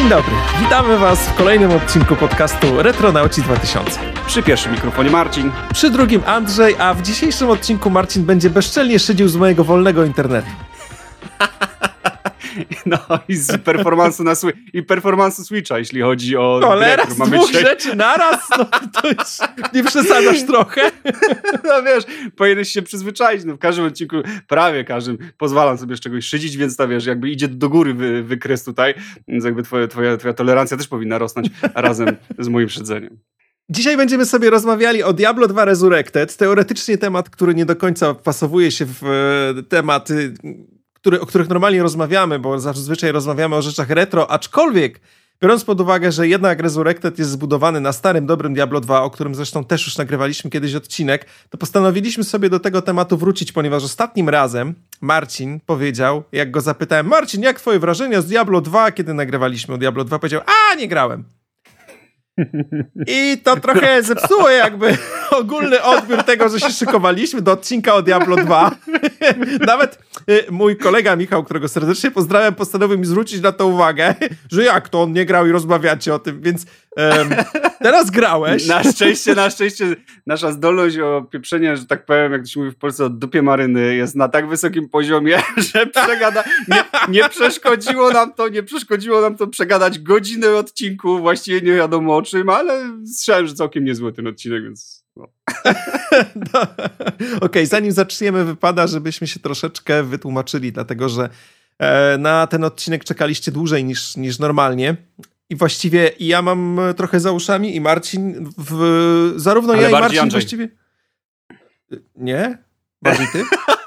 Dzień dobry, witamy Was w kolejnym odcinku podcastu Retronauci 2000. Przy pierwszym mikrofonie Marcin. Przy drugim Andrzej, a w dzisiejszym odcinku Marcin będzie bezczelnie szydził z mojego wolnego internetu. No i z performansu i performansu Switcha, jeśli chodzi o... Cholera, z dwóch rzeczy naraz? No to już nie przesadzasz trochę? No wiesz, powinieneś się przyzwyczaić. No w każdym odcinku, prawie każdym, pozwalam sobie z czegoś szydzić, więc to wiesz, jakby idzie do góry wykres tutaj, więc jakby twoja tolerancja też powinna rosnąć razem z moim szydzeniem. Dzisiaj będziemy sobie rozmawiali o Diablo 2 Resurrected. Teoretycznie temat, który nie do końca wpasowuje się w temat... o których normalnie rozmawiamy, bo zazwyczaj rozmawiamy o rzeczach retro, aczkolwiek biorąc pod uwagę, że jednak Resurrected jest zbudowany na starym, dobrym Diablo 2, o którym zresztą też już nagrywaliśmy kiedyś odcinek, to postanowiliśmy sobie do tego tematu wrócić, ponieważ ostatnim razem Marcin powiedział, jak go zapytałem, Marcin, jak twoje wrażenia z Diablo 2, kiedy nagrywaliśmy o Diablo 2, powiedział, nie grałem. I to trochę zepsuło jakby ogólny odbiór tego, że się szykowaliśmy do odcinka o Diablo 2. Nawet mój kolega Michał, którego serdecznie pozdrawiam, postanowił mi zwrócić na to uwagę, że jak to on nie grał i rozmawiacie o tym, więc teraz grałeś. Na szczęście nasza zdolność o pieprzenie, że tak powiem, jak to się mówi w Polsce, o dupie maryny jest na tak wysokim poziomie, że nie przeszkodziło nam to przegadać godzinę odcinku, właściwie nie wiadomo o czym, ale słyszałem, że całkiem niezły ten odcinek, więc... No. No, Okej, zanim zaczniemy, wypada, żebyśmy się troszeczkę wytłumaczyli, dlatego że na ten odcinek czekaliście dłużej niż normalnie. I właściwie ja mam trochę za uszami i Marcin, zarówno ale ja i Marcin Andrzej. właściwie... Nie? Bardziej ty?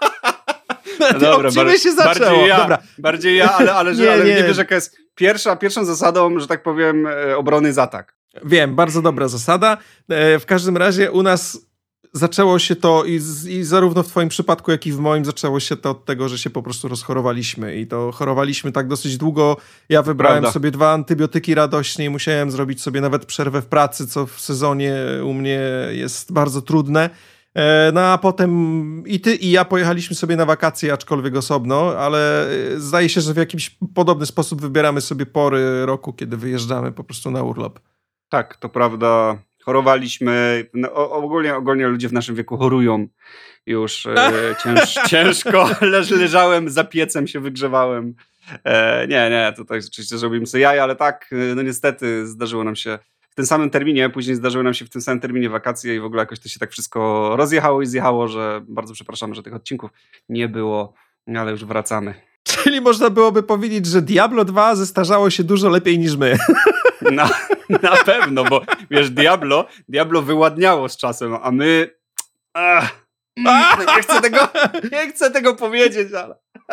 No dobra, się zaczęło. Bardziej ja, ale nie wiesz, jaka jest pierwszą zasadą, że tak powiem, obrony jest atak. Wiem, bardzo dobra zasada. W każdym razie u nas zaczęło się to i zarówno w twoim przypadku, jak i w moim zaczęło się to od tego, że się po prostu rozchorowaliśmy i to chorowaliśmy tak dosyć długo. Ja wybrałem sobie 2 antybiotyki radośnie i musiałem zrobić sobie nawet przerwę w pracy, co w sezonie u mnie jest bardzo trudne. No a potem i ty i ja pojechaliśmy sobie na wakacje, aczkolwiek osobno, ale zdaje się, że w jakiś podobny sposób wybieramy sobie pory roku, kiedy wyjeżdżamy po prostu na urlop. Tak, to prawda. Chorowaliśmy. No, ogólnie ludzie w naszym wieku chorują już ciężko. Leżałem za piecem, się wygrzewałem. Nie, tutaj oczywiście zrobimy sobie jaja, ale tak, no niestety zdarzyło nam się w tym samym terminie, później zdarzyły nam się w tym samym terminie wakacje i w ogóle jakoś to się tak wszystko rozjechało i zjechało, że bardzo przepraszamy, że tych odcinków nie było, ale już wracamy. Czyli można byłoby powiedzieć, że Diablo 2 zestarzało się dużo lepiej niż my. No, na pewno, bo wiesz, Diablo wyładniało z czasem, a my... Nie chcę tego powiedzieć, ale...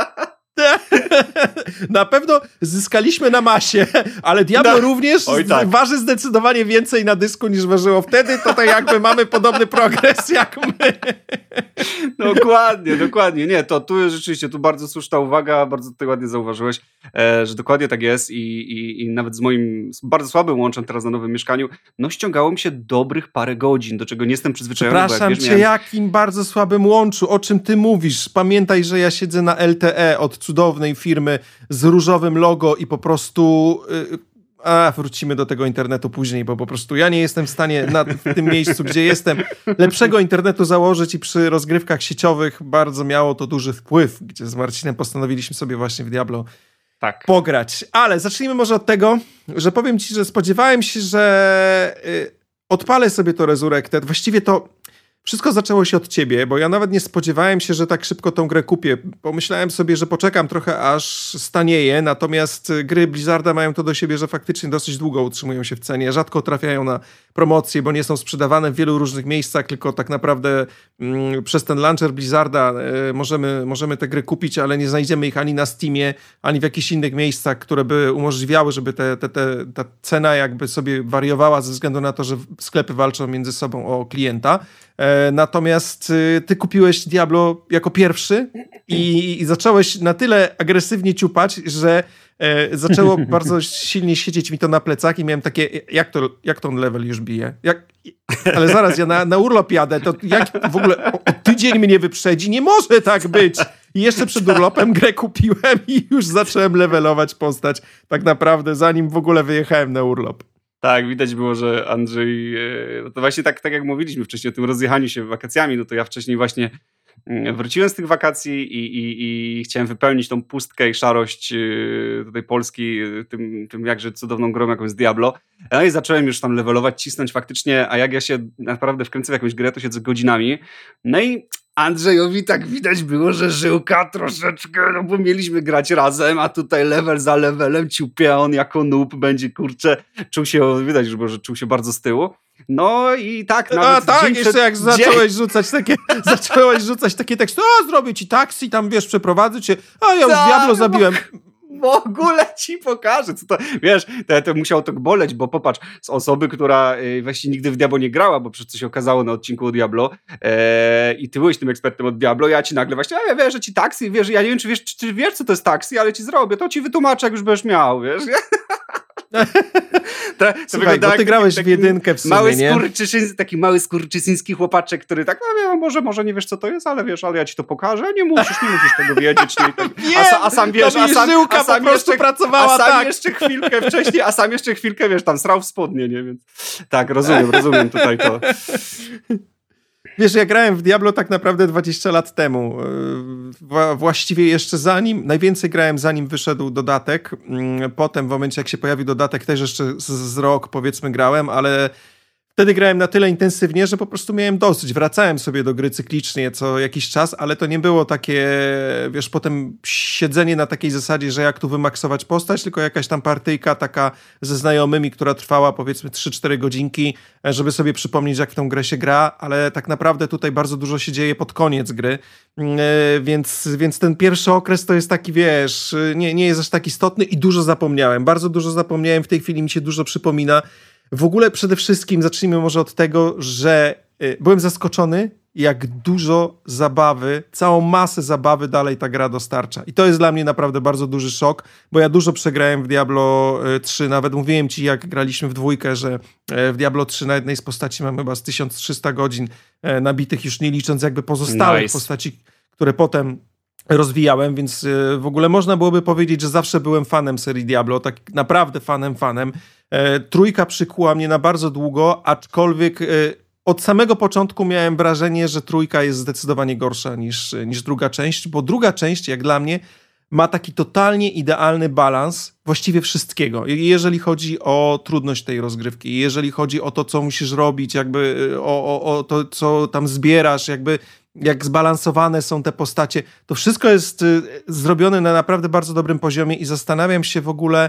Na pewno zyskaliśmy na masie, ale Diablo również waży zdecydowanie więcej na dysku niż ważyło wtedy, to tak jakby mamy podobny progres jak my. Dokładnie. Nie, to tu rzeczywiście, tu bardzo słuszna uwaga, bardzo tutaj ładnie zauważyłeś, że dokładnie tak jest i nawet z moim bardzo słabym łączem teraz na nowym mieszkaniu, no ściągało mi się dobrych parę godzin, do czego nie jestem przyzwyczajony. Przepraszam cię, jakim bardzo słabym łączu, o czym ty mówisz? Pamiętaj, że ja siedzę na LTE od cudownej firmy z różowym logo i po prostu... wrócimy do tego internetu później, bo po prostu ja nie jestem w stanie w tym miejscu, gdzie jestem, lepszego internetu założyć i przy rozgrywkach sieciowych bardzo miało to duży wpływ, gdzie z Marcinem postanowiliśmy sobie właśnie w Diablo pograć. Ale zacznijmy może od tego, że powiem ci, że spodziewałem się, że odpalę sobie to Resurrected. Właściwie to wszystko zaczęło się od ciebie, bo ja nawet nie spodziewałem się, że tak szybko tą grę kupię. Pomyślałem sobie, że poczekam trochę, aż stanieje, natomiast gry Blizzarda mają to do siebie, że faktycznie dosyć długo utrzymują się w cenie. Rzadko trafiają na promocje, bo nie są sprzedawane w wielu różnych miejscach, tylko tak naprawdę przez ten launcher Blizzarda możemy te gry kupić, ale nie znajdziemy ich ani na Steamie, ani w jakichś innych miejscach, które by umożliwiały, żeby ta cena jakby sobie wariowała ze względu na to, że sklepy walczą między sobą o klienta. Natomiast ty kupiłeś Diablo jako pierwszy i zacząłeś na tyle agresywnie ciupać, że zaczęło bardzo silnie siedzieć mi to na plecach i miałem takie, jak to on level już bije? Ale zaraz, ja na urlop jadę, to jak w ogóle o tydzień mnie wyprzedzi? Nie może tak być! I jeszcze przed urlopem grę kupiłem i już zacząłem levelować postać tak naprawdę, zanim w ogóle wyjechałem na urlop. Tak, widać było, że Andrzej, no to właśnie tak jak mówiliśmy wcześniej o tym rozjechaniu się wakacjami, no to ja wcześniej właśnie wróciłem z tych wakacji i chciałem wypełnić tą pustkę i szarość tutaj Polski tym jakże cudowną grą, jaką jest Diablo. No i zacząłem już tam levelować, cisnąć faktycznie, a jak ja się naprawdę wkręcę w jakąś grę, to siedzę godzinami. No i Andrzejowi tak widać było, że żyłka troszeczkę, no bo mieliśmy grać razem, a tutaj level za levelem ciupie, on jako noob będzie, kurczę, widać, że czuł się bardzo z tyłu. No i tak, nawet tak, jeszcze jak zacząłeś rzucać takie teksty, zrobię ci taksi, tam wiesz, przeprowadzę cię, ja już Diablo zabiłem. W ogóle ci pokażę, co to, wiesz, to musiało tak boleć, bo popatrz, z osoby, która właśnie nigdy w Diablo nie grała, bo przecież to się okazało na odcinku o Diablo i ty byłeś tym ekspertem od Diablo, ja ci nagle właśnie, ja wiesz, że ci taksi, wiesz, ja nie wiem, czy ty wiesz, co to jest taksi, ale ci zrobię, to ci wytłumaczę, jak już będziesz miał, wiesz. Słuchaj, bo ty grałeś w jedynkę w sumie, nie? Taki mały skurczysyński chłopaczek, który tak, może nie wiesz, co to jest, ale wiesz, ale ja ci to pokażę, nie musisz tego wiedzieć. A sam wiesz, a sam jeszcze chwilkę, wiesz, tam srał w spodnie, nie? Więc tak, rozumiem tutaj to. Wiesz, ja grałem w Diablo tak naprawdę 20 lat temu. Właściwie jeszcze najwięcej grałem zanim wyszedł dodatek. Potem w momencie jak się pojawił dodatek też jeszcze z rok powiedzmy grałem, ale wtedy grałem na tyle intensywnie, że po prostu miałem dosyć. Wracałem sobie do gry cyklicznie co jakiś czas, ale to nie było takie, wiesz, potem siedzenie na takiej zasadzie, że jak tu wymaksować postać, tylko jakaś tam partyjka taka ze znajomymi, która trwała powiedzmy 3-4 godzinki, żeby sobie przypomnieć, jak w tę grę się gra, ale tak naprawdę tutaj bardzo dużo się dzieje pod koniec gry, więc ten pierwszy okres to jest taki, wiesz, nie jest aż tak istotny i dużo zapomniałem. Bardzo dużo zapomniałem, w tej chwili mi się dużo przypomina. W ogóle przede wszystkim zacznijmy może od tego, że byłem zaskoczony, jak dużo zabawy, całą masę zabawy dalej ta gra dostarcza. I to jest dla mnie naprawdę bardzo duży szok, bo ja dużo przegrałem w Diablo 3, nawet mówiłem ci, jak graliśmy w dwójkę, że w Diablo 3 na jednej z postaci mam chyba z 1300 godzin nabitych, już nie licząc jakby pozostałych postaci, które potem rozwijałem, więc w ogóle można byłoby powiedzieć, że zawsze byłem fanem serii Diablo, tak naprawdę fanem. Trójka przykuła mnie na bardzo długo, aczkolwiek od samego początku miałem wrażenie, że trójka jest zdecydowanie gorsza niż druga część, bo druga część, jak dla mnie, ma taki totalnie idealny balans właściwie wszystkiego. Jeżeli chodzi o trudność tej rozgrywki, jeżeli chodzi o to, co musisz robić, jakby o to, co tam zbierasz, jakby jak zbalansowane są te postacie, to wszystko jest zrobione na naprawdę bardzo dobrym poziomie i zastanawiam się w ogóle,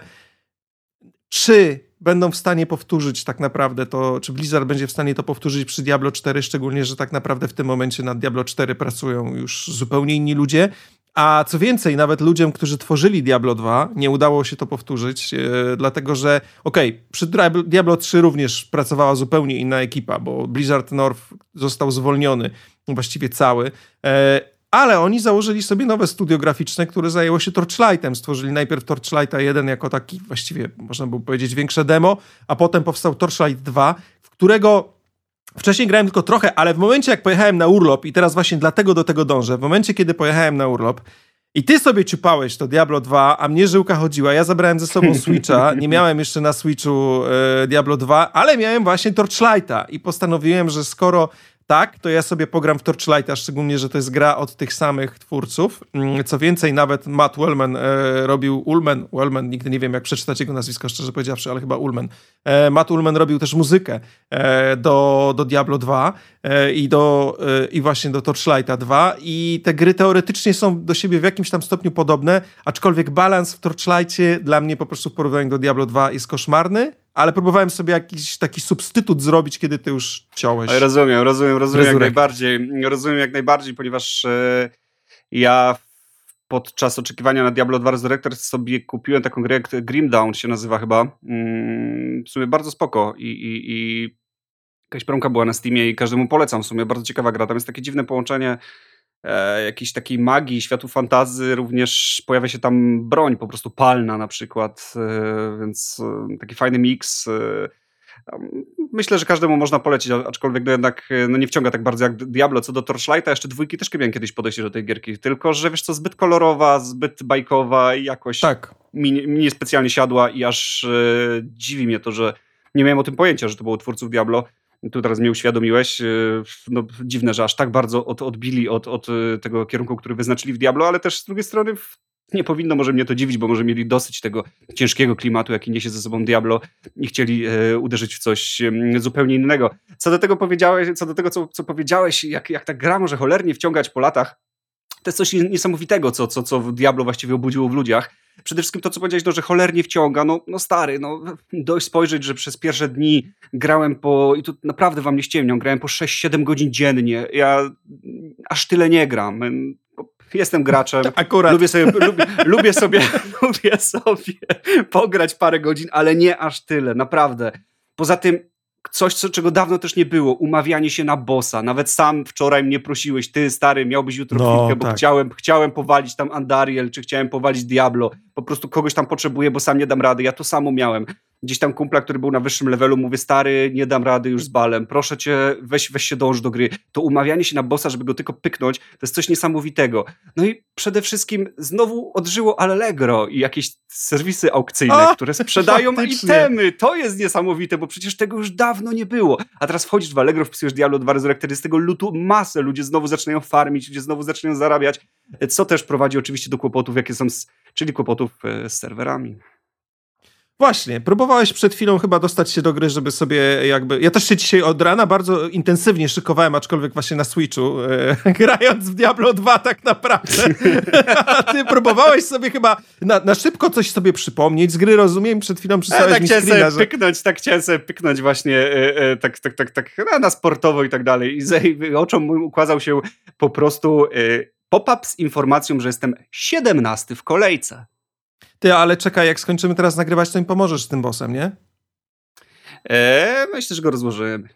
czy będą w stanie powtórzyć tak naprawdę to, czy Blizzard będzie w stanie to powtórzyć przy Diablo 4, szczególnie, że tak naprawdę w tym momencie nad Diablo 4 pracują już zupełnie inni ludzie, a co więcej, nawet ludziom, którzy tworzyli Diablo 2, nie udało się to powtórzyć, dlatego że, przy Diablo 3 również pracowała zupełnie inna ekipa, bo Blizzard North został zwolniony, właściwie cały, ale oni założyli sobie nowe studio graficzne, które zajęło się Torchlightem. Stworzyli najpierw Torchlighta 1 jako taki, właściwie można by powiedzieć, większe demo, a potem powstał Torchlight 2, w którego wcześniej grałem tylko trochę, ale w momencie jak pojechałem na urlop i teraz właśnie dlatego do tego dążę, w momencie kiedy pojechałem na urlop i ty sobie ciupałeś to Diablo 2, a mnie żyłka chodziła, ja zabrałem ze sobą Switcha, nie miałem jeszcze na Switchu Diablo 2, ale miałem właśnie Torchlighta i postanowiłem, że skoro tak, to ja sobie pogram w Torchlighta, szczególnie, że to jest gra od tych samych twórców. Co więcej, nawet Matt Wellman robił Wellman, nigdy nie wiem, jak przeczytać jego nazwisko, szczerze powiedziawszy, ale chyba Ullman. Matt Wellman robił też muzykę do Diablo 2 i właśnie do Torchlighta 2 i te gry teoretycznie są do siebie w jakimś tam stopniu podobne, aczkolwiek balans w Torchlightie dla mnie po prostu w porównaniu do Diablo 2 jest koszmarny, ale próbowałem sobie jakiś taki substytut zrobić, kiedy ty już ciąłeś. Rozumiem jak najbardziej. Rozumiem jak najbardziej, ponieważ ja podczas oczekiwania na Diablo 2 Resurrected sobie kupiłem taką grę, jak Grim Dawn się nazywa chyba. W sumie bardzo spoko i jakaś promka była na Steamie i każdemu polecam w sumie. Bardzo ciekawa gra. Tam jest takie dziwne połączenie jakiejś takiej magii, światu fantazy, również pojawia się tam broń po prostu palna na przykład, więc taki fajny miks. Myślę, że każdemu można polecić, aczkolwiek jednak nie wciąga tak bardzo jak Diablo. Co do Torchlighta, jeszcze 2 też miałem kiedyś podejście do tej gierki, tylko że wiesz co, zbyt kolorowa, zbyt bajkowa i jakoś mi specjalnie siadła i aż dziwi mnie to, że nie miałem o tym pojęcia, że to było twórców Diablo. Tu teraz mnie uświadomiłeś. Dziwne, że aż tak bardzo odbili od tego kierunku, który wyznaczyli w Diablo, ale też z drugiej strony nie powinno może mnie to dziwić, bo może mieli dosyć tego ciężkiego klimatu, jaki niesie ze sobą Diablo i chcieli uderzyć w coś zupełnie innego. Co do tego, co powiedziałeś, jak ta gra może cholernie wciągać po latach, to jest coś niesamowitego, co Diablo właściwie obudziło w ludziach. Przede wszystkim to, co powiedziałeś, że cholernie wciąga. No stary, dość spojrzeć, że przez pierwsze dni grałem i tu naprawdę wam nie ściemniam, grałem po 6-7 godzin dziennie. Ja aż tyle nie gram. Jestem graczem, akurat. Lubię sobie pograć parę godzin, ale nie aż tyle, naprawdę. Poza tym coś, czego dawno też nie było, umawianie się na bossa. Nawet sam wczoraj mnie prosiłeś, ty stary, miałbyś jutro chwilkę, bo chciałem powalić tam Andariel, czy chciałem powalić Diablo. Po prostu kogoś tam potrzebuję, bo sam nie dam rady. Ja to samo miałem. Gdzieś tam kumpla, który był na wyższym levelu, mówię, stary, nie dam rady już z balem, proszę cię, weź się dąż do gry. To umawianie się na bossa, żeby go tylko pyknąć, to jest coś niesamowitego. No i przede wszystkim znowu odżyło Allegro i jakieś serwisy aukcyjne, które sprzedają itemy. To jest niesamowite, bo przecież tego już dawno nie było. A teraz wchodzisz w Allegro, wpisujesz Diablo 2 Resurrected, z tego lutu masę, ludzie znowu zaczynają farmić, ludzie znowu zaczynają zarabiać, co też prowadzi oczywiście do kłopotów, jakie są, czyli kłopotów z serwerami. Właśnie, próbowałeś przed chwilą chyba dostać się do gry, żeby sobie jakby... Ja też się dzisiaj od rana bardzo intensywnie szykowałem, aczkolwiek właśnie na Switchu, grając w Diablo 2 tak naprawdę. A ty próbowałeś sobie chyba na szybko coś sobie przypomnieć z gry, rozumiem? Przed chwilą przysłałeś mi screena, że... chciałem sobie pyknąć właśnie tak na sportowo i tak dalej. I oczom mój ukazał się po prostu pop-up z informacją, że jestem 17 w kolejce. Ty, ale czekaj, jak skończymy teraz nagrywać, to mi pomożesz z tym bossem, nie? Myślę, że go rozłożymy.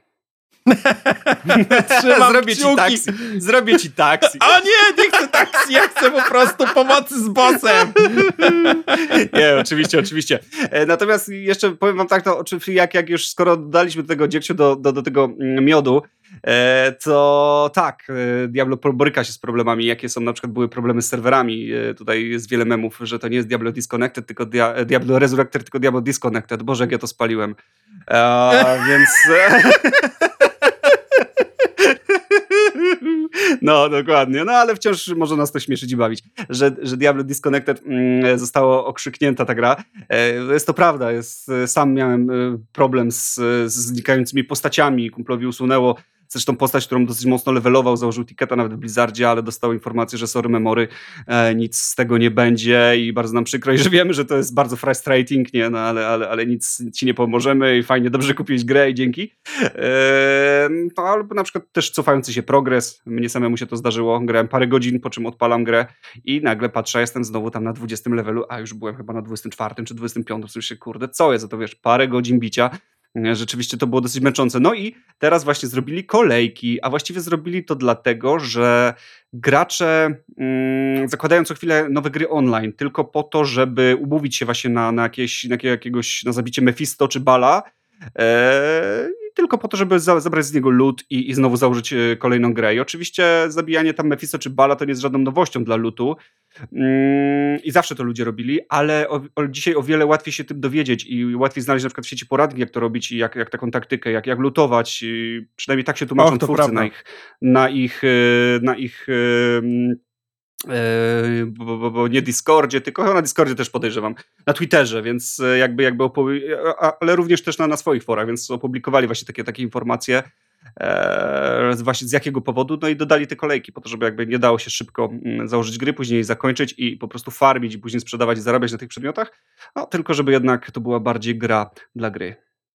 Zrobię ci taksi. O nie chcę taksi, ja chcę po prostu pomocy z bossem. Nie, oczywiście. Natomiast jeszcze powiem wam tak, jak już skoro dodaliśmy tego dziegciu do tego miodu, to tak, Diablo boryka się z problemami, jakie są na przykład były problemy z serwerami. Tutaj jest wiele memów, że to nie jest Diablo Disconnected, tylko Diablo Resurrected, tylko Diablo Disconnected. Boże, jak ja to spaliłem. Więc... No, dokładnie. No, ale wciąż może nas to śmieszyć i bawić, że Diablo Disconnected zostało okrzyknięta ta gra. Jest to prawda. Sam miałem problem z znikającymi postaciami. Kumplowi usunęło zresztą postać, którą dosyć mocno levelował, założył ticketa nawet w Blizzardzie, ale dostał informację, że sorry memory, nic z tego nie będzie i bardzo nam przykro i że wiemy, że to jest bardzo frustrating, nie? No, ale nic ci nie pomożemy i fajnie, dobrze kupiłeś grę i dzięki. Ale na przykład też cofający się progres, mnie samemu się to zdarzyło, grałem parę godzin, po czym odpalam grę i nagle patrzę, jestem znowu tam na 20 levelu, a już byłem chyba na 24 czy 25, w sensie kurde, co jest, to wiesz, parę godzin bicia. Rzeczywiście to było dosyć męczące. No i teraz właśnie zrobili kolejki, a właściwie zrobili to dlatego, że gracze zakładają co chwilę nowe gry online, tylko po to, żeby umówić się właśnie na zabicie Mephisto czy Bala, tylko po to, żeby zabrać z niego loot i znowu założyć kolejną grę. I oczywiście zabijanie tam Mephisto czy Bala to nie jest żadną nowością dla lootu i zawsze to ludzie robili, ale dzisiaj o wiele łatwiej się tym dowiedzieć i łatwiej znaleźć na przykład w sieci poradniki, jak to robić i jak taką taktykę, jak lootować. Przynajmniej tak się tłumaczą twórcy na ich bo nie Discordzie, tylko na Discordzie też podejrzewam, na Twitterze, więc ale również też na swoich forach, więc opublikowali właśnie takie informacje właśnie z jakiego powodu, no i dodali te kolejki po to, żeby jakby nie dało się szybko założyć gry, później zakończyć i po prostu farmić i później sprzedawać i zarabiać na tych przedmiotach, no tylko żeby jednak to była bardziej gra dla gry.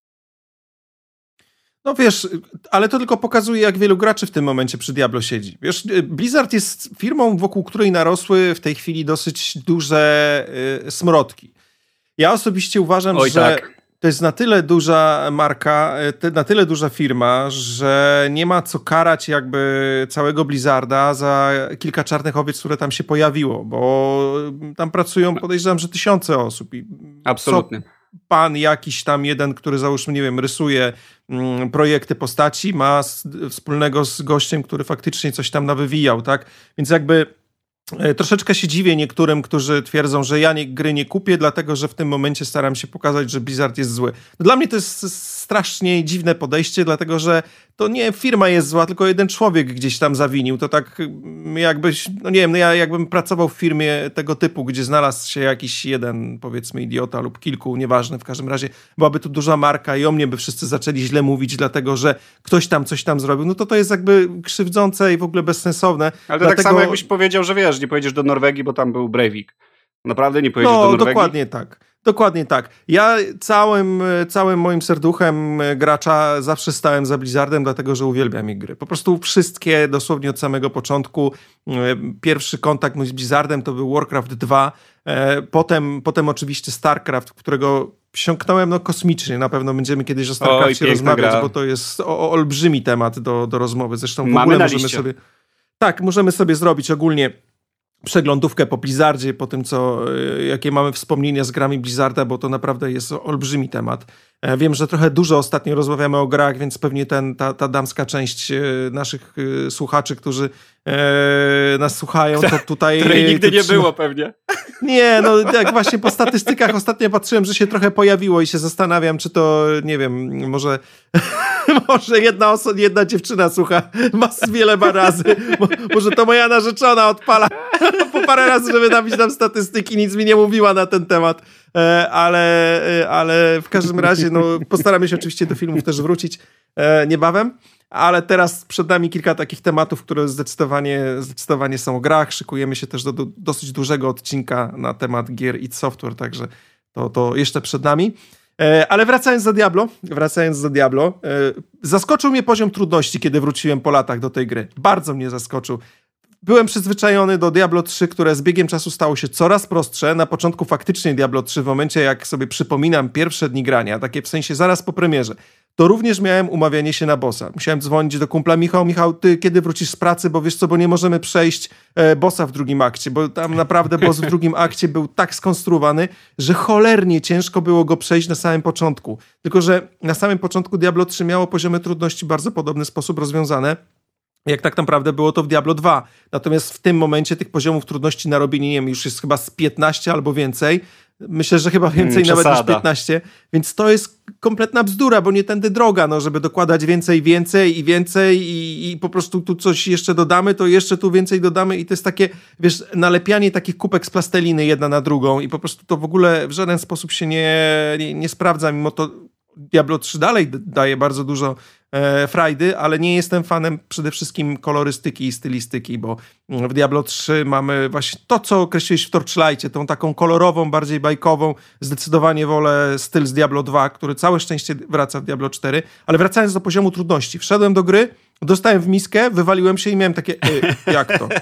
No wiesz, ale to tylko pokazuje, jak wielu graczy w tym momencie przy Diablo siedzi. Wiesz, Blizzard jest firmą, wokół której narosły w tej chwili dosyć duże smrodki. Ja osobiście uważam, że to jest na tyle duża marka, na tyle duża firma, że nie ma co karać jakby całego Blizzarda za kilka czarnych owiec, które tam się pojawiło, bo tam pracują, podejrzewam, że tysiące osób. Absolutnie. pan jakiś tam jeden, który załóżmy, nie wiem, rysuje projekty postaci, ma wspólnego z gościem, który faktycznie coś tam nawywijał, tak? Więc jakby troszeczkę się dziwię niektórym, którzy twierdzą, że ja gry nie kupię, dlatego że w tym momencie staram się pokazać, że Blizzard jest zły. No dla mnie to jest strasznie dziwne podejście, dlatego że to nie firma jest zła, tylko jeden człowiek gdzieś tam zawinił. To tak jakbyś, no nie wiem, no ja jakbym pracował w firmie tego typu, gdzie znalazł się jakiś jeden, powiedzmy, idiota lub kilku, nieważne, w każdym razie byłaby tu duża marka i o mnie by wszyscy zaczęli źle mówić, dlatego że ktoś tam coś tam zrobił. No to jest jakby krzywdzące i w ogóle bezsensowne. Ale to tak samo jakbyś powiedział, że wiesz, nie pojedziesz do Norwegii, bo tam był Breivik. Naprawdę nie pojedziesz do Norwegii? Dokładnie tak. Dokładnie tak. Ja całym moim serduchem gracza zawsze stałem za Blizzardem, dlatego że uwielbiam ich gry. Po prostu wszystkie, dosłownie od samego początku. Pierwszy kontakt mój z Blizzardem to był Warcraft 2, potem oczywiście StarCraft, którego wsiąknąłem kosmicznie. Na pewno będziemy kiedyś o StarCraftie rozmawiać, bo to jest olbrzymi temat do rozmowy. Zresztą w ogóle możemy sobie... Tak, możemy sobie zrobić ogólnie przeglądówkę po Blizzardzie, po tym, jakie mamy wspomnienia z grami Blizzarda, bo to naprawdę jest olbrzymi temat. Wiem, że trochę dużo ostatnio rozmawiamy o grach, więc pewnie ta damska część naszych słuchaczy, którzy nas słuchają, to tutaj... Której nigdy nie było pewnie. Nie, no jak właśnie po statystykach ostatnio patrzyłem, że się trochę pojawiło i się zastanawiam, czy to, nie wiem, może jedna dziewczyna słucha was wiele razy. Może to moja narzeczona odpala po parę razy, żeby nabić nam statystyki, nic mi nie mówiła na ten temat. Ale w każdym razie no, postaramy się oczywiście do filmów też wrócić niebawem. Ale teraz przed nami kilka takich tematów, które zdecydowanie są o grach. Szykujemy się też do dosyć dużego odcinka na temat gier id Software, także to jeszcze przed nami. Ale wracając do Diablo, zaskoczył mnie poziom trudności, kiedy wróciłem po latach do tej gry. Bardzo mnie zaskoczył. Byłem przyzwyczajony do Diablo 3, które z biegiem czasu stało się coraz prostsze. Na początku faktycznie Diablo 3, w momencie jak sobie przypominam pierwsze dni grania, takie w sensie zaraz po premierze, to również miałem umawianie się na bossa. Musiałem dzwonić do kumpla: Michał, ty kiedy wrócisz z pracy, bo wiesz co, bo nie możemy przejść bossa w drugim akcie, bo tam naprawdę boss w drugim akcie był tak skonstruowany, że cholernie ciężko było go przejść na samym początku. Tylko że na samym początku Diablo 3 miało poziomy trudności w bardzo podobny sposób rozwiązane, jak tak naprawdę było to w Diablo 2. Natomiast w tym momencie tych poziomów trudności na robienie, nie wiem, już jest chyba z 15 albo więcej. Myślę, że chyba więcej nawet niż 15. Więc to jest kompletna bzdura, bo nie tędy droga, no, żeby dokładać więcej i po prostu tu coś jeszcze dodamy, to jeszcze tu więcej dodamy i to jest takie, wiesz, nalepianie takich kubek z plasteliny jedna na drugą i po prostu to w ogóle w żaden sposób się nie sprawdza, mimo to Diablo 3 dalej daje bardzo dużo frajdy, ale nie jestem fanem przede wszystkim kolorystyki i stylistyki, bo w Diablo 3 mamy właśnie to, co określiłeś w Torchlightie, tą taką kolorową, bardziej bajkową. Zdecydowanie wolę styl z Diablo 2, który całe szczęście wraca w Diablo 4, ale wracając do poziomu trudności, wszedłem do gry, dostałem w miskę, wywaliłem się i miałem takie, jak to?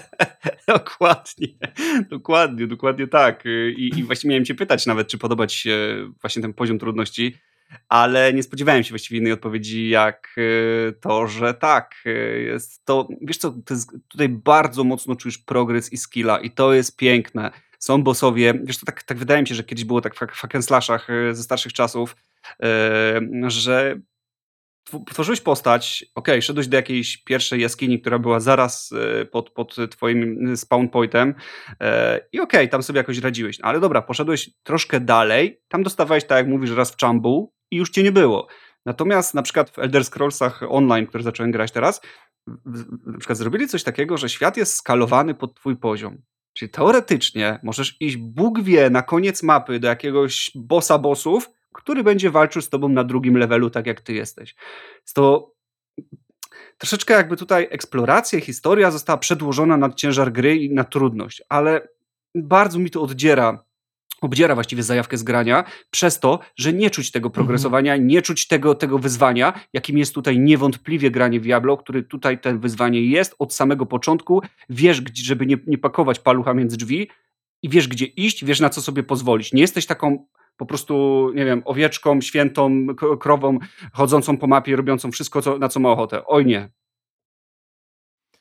Dokładnie tak. I właśnie miałem cię pytać nawet, czy podoba ci się właśnie ten poziom trudności, ale nie spodziewałem się właściwie innej odpowiedzi, jak to, że tak, jest to, wiesz co, to jest, tutaj bardzo mocno czujesz progres i skilla i to jest piękne. Są bossowie, wiesz, to tak wydaje mi się, że kiedyś było tak w hack and slashach ze starszych czasów, że tworzyłeś postać, szedłeś do jakiejś pierwszej jaskini, która była zaraz pod twoim spawn pointem i tam sobie jakoś radziłeś. Ale dobra, poszedłeś troszkę dalej, tam dostawałeś, tak jak mówisz, raz w czambuł i już cię nie było. Natomiast na przykład w Elder Scrollsach Online, które zacząłem grać teraz, na przykład zrobili coś takiego, że świat jest skalowany pod twój poziom. Czyli teoretycznie możesz iść Bóg wie na koniec mapy do jakiegoś bossów, który będzie walczył z tobą na drugim levelu, tak jak ty jesteś. To troszeczkę jakby tutaj eksploracja, historia została przedłożona nad ciężar gry i na trudność, ale bardzo mi to obdziera właściwie zajawkę z grania przez to, że nie czuć tego progresowania, nie czuć tego wyzwania, jakim jest tutaj niewątpliwie granie w Diablo, który tutaj ten wyzwanie jest od samego początku. Wiesz, żeby nie pakować palucha między drzwi i wiesz, gdzie iść, wiesz, na co sobie pozwolić. Nie jesteś taką po prostu, nie wiem, owieczką, świętą, krową, chodzącą po mapie, robiącą wszystko, na co ma ochotę. Oj nie.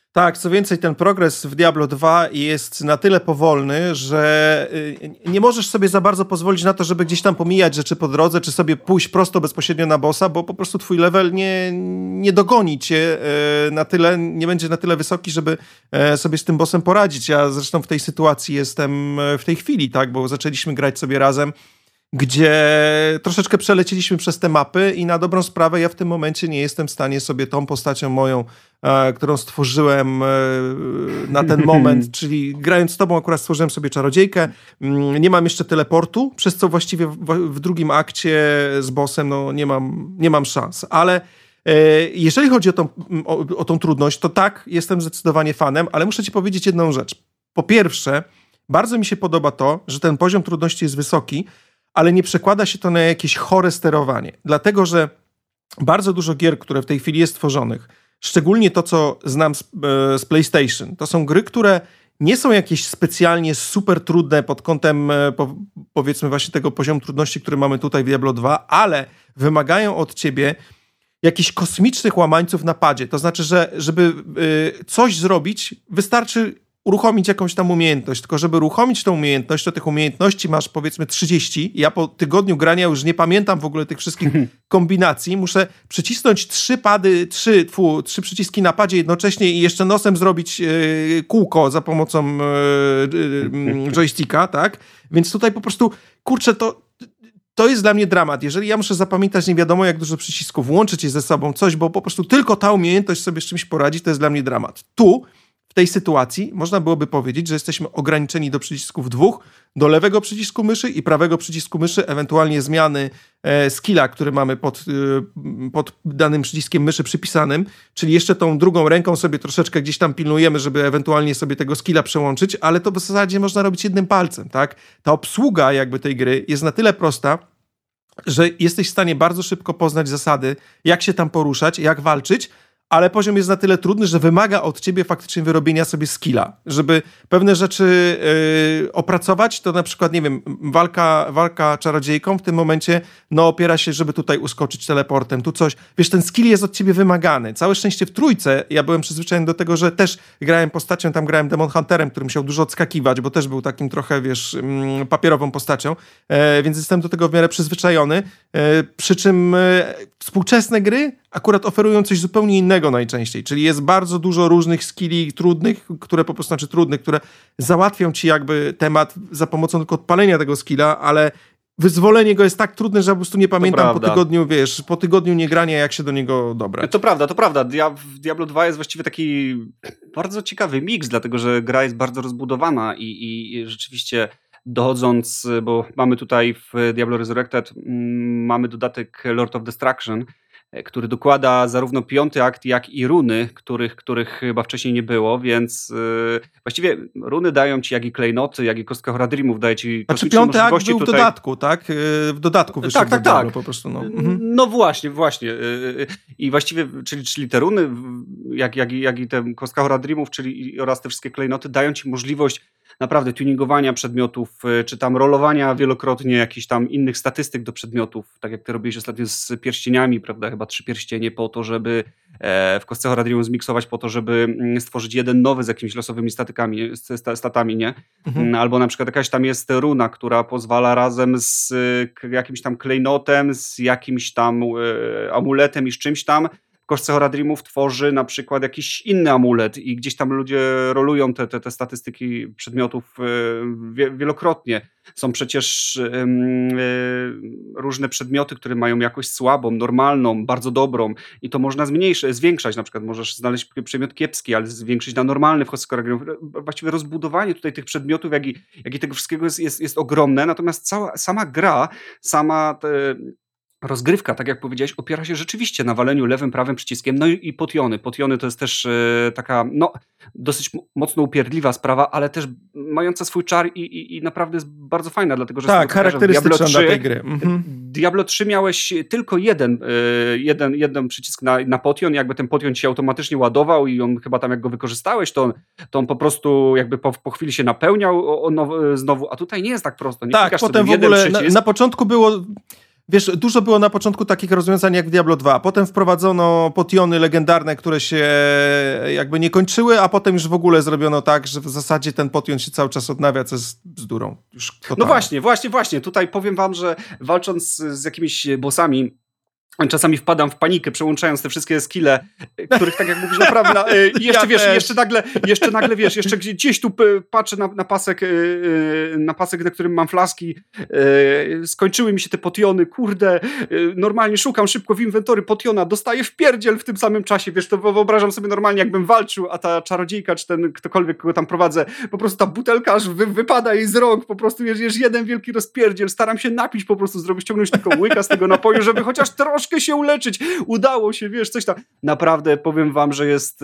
Tak, co więcej, ten progres w Diablo 2 jest na tyle powolny, że nie możesz sobie za bardzo pozwolić na to, żeby gdzieś tam pomijać rzeczy po drodze, czy sobie pójść prosto bezpośrednio na bossa, bo po prostu twój level nie dogoni cię na tyle, nie będzie na tyle wysoki, żeby sobie z tym bossem poradzić. Ja zresztą w tej sytuacji jestem w tej chwili, tak, bo zaczęliśmy grać sobie razem, gdzie troszeczkę przelecieliśmy przez te mapy i na dobrą sprawę ja w tym momencie nie jestem w stanie sobie tą postacią moją, którą stworzyłem na ten moment, czyli grając z tobą akurat stworzyłem sobie czarodziejkę, nie mam jeszcze teleportu, przez co właściwie w drugim akcie z bossem no, nie mam szans, ale jeżeli chodzi o tą trudność, to tak, jestem zdecydowanie fanem, ale muszę ci powiedzieć jedną rzecz. Po pierwsze, bardzo mi się podoba to, że ten poziom trudności jest wysoki, ale nie przekłada się to na jakieś chore sterowanie. Dlatego, że bardzo dużo gier, które w tej chwili jest tworzonych, szczególnie to, co znam z PlayStation, to są gry, które nie są jakieś specjalnie super trudne pod kątem, powiedzmy, właśnie tego poziomu trudności, który mamy tutaj w Diablo 2, ale wymagają od ciebie jakichś kosmicznych łamańców na padzie. To znaczy, że żeby coś zrobić, wystarczy uruchomić jakąś tam umiejętność, tylko żeby uruchomić tą umiejętność, to tych umiejętności masz powiedzmy 30. Ja po tygodniu grania już nie pamiętam w ogóle tych wszystkich kombinacji. Muszę przycisnąć 3 przyciski na padzie jednocześnie i jeszcze nosem zrobić kółko za pomocą joysticka, tak? Więc tutaj po prostu, kurczę, to jest dla mnie dramat. Jeżeli ja muszę zapamiętać nie wiadomo jak dużo przycisków, łączyć je ze sobą, coś, bo po prostu tylko ta umiejętność sobie z czymś poradzi, to jest dla mnie dramat. Tu w tej sytuacji można byłoby powiedzieć, że jesteśmy ograniczeni do przycisków 2, do lewego przycisku myszy i prawego przycisku myszy, ewentualnie zmiany skilla, który mamy pod danym przyciskiem myszy przypisanym, czyli jeszcze tą drugą ręką sobie troszeczkę gdzieś tam pilnujemy, żeby ewentualnie sobie tego skilla przełączyć, ale to w zasadzie można robić jednym palcem, tak? Ta obsługa jakby tej gry jest na tyle prosta, że jesteś w stanie bardzo szybko poznać zasady, jak się tam poruszać, jak walczyć, ale poziom jest na tyle trudny, że wymaga od ciebie faktycznie wyrobienia sobie skilla. Żeby pewne rzeczy opracować, to na przykład, nie wiem, walka czarodziejką w tym momencie no opiera się, żeby tutaj uskoczyć teleportem, tu coś. Wiesz, ten skill jest od ciebie wymagany. Całe szczęście w trójce ja byłem przyzwyczajony do tego, że też grałem postacią, tam grałem Demon Hunterem, który musiał dużo odskakiwać, bo też był takim trochę, wiesz, papierową postacią, więc jestem do tego w miarę przyzwyczajony. Przy czym współczesne gry akurat oferują coś zupełnie innego najczęściej, czyli jest bardzo dużo różnych skilli trudnych, które po prostu, znaczy trudnych, które załatwią ci jakby temat za pomocą tylko odpalenia tego skilla, ale wyzwolenie go jest tak trudne, że po prostu nie pamiętam po tygodniu, wiesz, po tygodniu niegrania, jak się do niego dobrać. To prawda. W Diablo 2 jest właściwie taki bardzo ciekawy miks, dlatego że gra jest bardzo rozbudowana i rzeczywiście dochodząc, bo mamy tutaj w Diablo Resurrected mamy dodatek Lord of Destruction, który dokłada zarówno 5. akt, jak i runy, których chyba wcześniej nie było, więc właściwie runy dają ci jak i klejnoty, jak i kostka Horadrimów daje ci kosmiczne możliwości. 5. akt był tutaj w dodatku, tak? W dodatku wyszedł tak. Po prostu. No właśnie. I właściwie, czyli te runy, jak i te kostka Horadrimów, oraz te wszystkie klejnoty dają ci możliwość naprawdę tuningowania przedmiotów, czy tam rolowania wielokrotnie jakichś tam innych statystyk do przedmiotów, tak jak ty robiłeś ostatnio z pierścieniami, prawda, chyba 3 pierścienie po to, żeby w kostce Horadrium zmiksować po to, żeby stworzyć jeden nowy z jakimiś losowymi statami, nie? Albo na przykład jakaś tam jest runa, która pozwala razem z jakimś tam klejnotem, z jakimś tam amuletem i z czymś tam kostce Horadrimów tworzy na przykład jakiś inny amulet i gdzieś tam ludzie rolują te statystyki przedmiotów wielokrotnie. Są przecież różne przedmioty, które mają jakość słabą, normalną, bardzo dobrą i to można zwiększać. Na przykład możesz znaleźć przedmiot kiepski, ale zwiększyć na normalny w kostce Horadrimów. Właściwie rozbudowanie tutaj tych przedmiotów, jak i tego wszystkiego jest ogromne, natomiast sama gra, rozgrywka, tak jak powiedziałeś, opiera się rzeczywiście na waleniu lewym, prawym przyciskiem, no i potiony. Potiony to jest też taka, dosyć mocno upierdliwa sprawa, ale też mająca swój czar i naprawdę jest bardzo fajna, dlatego że tak, charakterystyczna dla tej gry. Diablo 3 miałeś tylko jeden przycisk na potion, jakby ten potion ci się automatycznie ładował i on chyba tam jak go wykorzystałeś, to on po prostu jakby po chwili się napełniał znowu, a tutaj nie jest tak prosto. Nie tak, potem w ogóle na początku było Wiesz, dużo było na początku takich rozwiązań jak w Diablo 2. Potem wprowadzono potiony legendarne, które się jakby nie kończyły, a potem już w ogóle zrobiono tak, że w zasadzie ten potion się cały czas odnawia, co jest bzdurą. Już no właśnie. Tutaj powiem wam, że walcząc z jakimiś bossami, czasami wpadam w panikę, przełączając te wszystkie skille, których, tak jak mówisz, naprawdę... jeszcze nagle, wiesz, jeszcze gdzieś tu patrzę na pasek, na którym mam flaski, skończyły mi się te potiony, kurde, normalnie szukam szybko w inwentory potiona, dostaję wpierdziel w tym samym czasie, wiesz, to wyobrażam sobie normalnie, jakbym walczył, a ta czarodziejka, czy ten ktokolwiek, kogo tam prowadzę, po prostu ta butelka aż wypada jej z rąk, po prostu jest jeden wielki rozpierdziel, staram się napić po prostu, ściągnąć tylko łyka z tego napoju, żeby chociaż troszkę się uleczyć. Udało się, wiesz, coś tam. Naprawdę powiem wam, że jest